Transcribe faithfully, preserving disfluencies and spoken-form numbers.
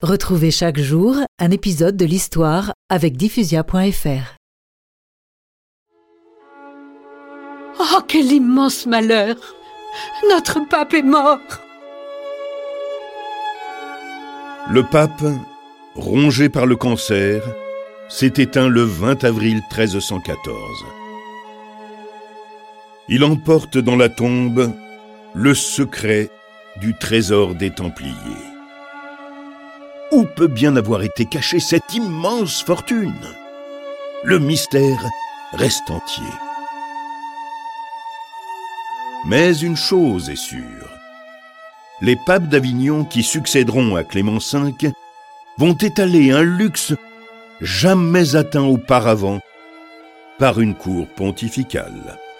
Retrouvez chaque jour un épisode de l'histoire avec diffusia point f r. Oh, quel immense malheur! Notre pape est mort! Le pape, rongé par le cancer, s'est éteint le vingt avril mille trois cent quatorze. Il emporte dans la tombe le secret du trésor des Templiers. Où peut bien avoir été cachée cette immense fortune? Le mystère reste entier. Mais une chose est sûre, les papes d'Avignon qui succéderont à Clément cinq vont étaler un luxe jamais atteint auparavant par une cour pontificale.